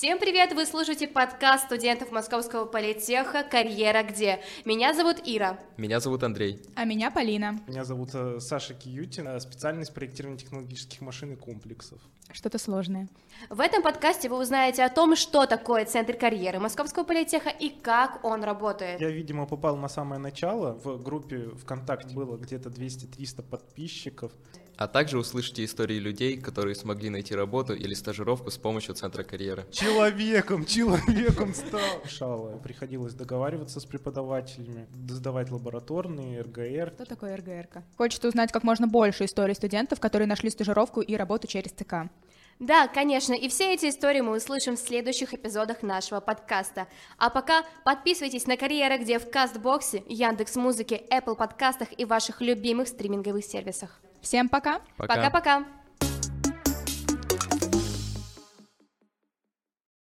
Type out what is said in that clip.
Всем привет! Вы слушаете подкаст студентов Московского политеха «Карьера где?». Меня зовут Ира. Меня зовут Андрей. А меня Полина. Меня зовут Саша Киютин, специальность проектирования технологических машин и комплексов. Что-то сложное. В этом подкасте вы узнаете о том, что такое Центр карьеры Московского политеха и как он работает. Я, видимо, попал на самое начало. В группе ВКонтакте было где-то 200-300 подписчиков. А также услышите истории людей, которые смогли найти работу или стажировку с помощью Центра карьеры. Человеком стал. Шало. Приходилось договариваться с преподавателями, сдавать лабораторные, РГР. Что такое РГР-ка? Хочется узнать как можно больше историй студентов, которые нашли стажировку и работу через ЦК. Да, конечно, и все эти истории мы услышим в следующих эпизодах нашего подкаста. А пока подписывайтесь на «Карьера где» в Кастбоксе, Яндекс.Музыке, Apple подкастах и ваших любимых стриминговых сервисах. Всем пока! Пока-пока!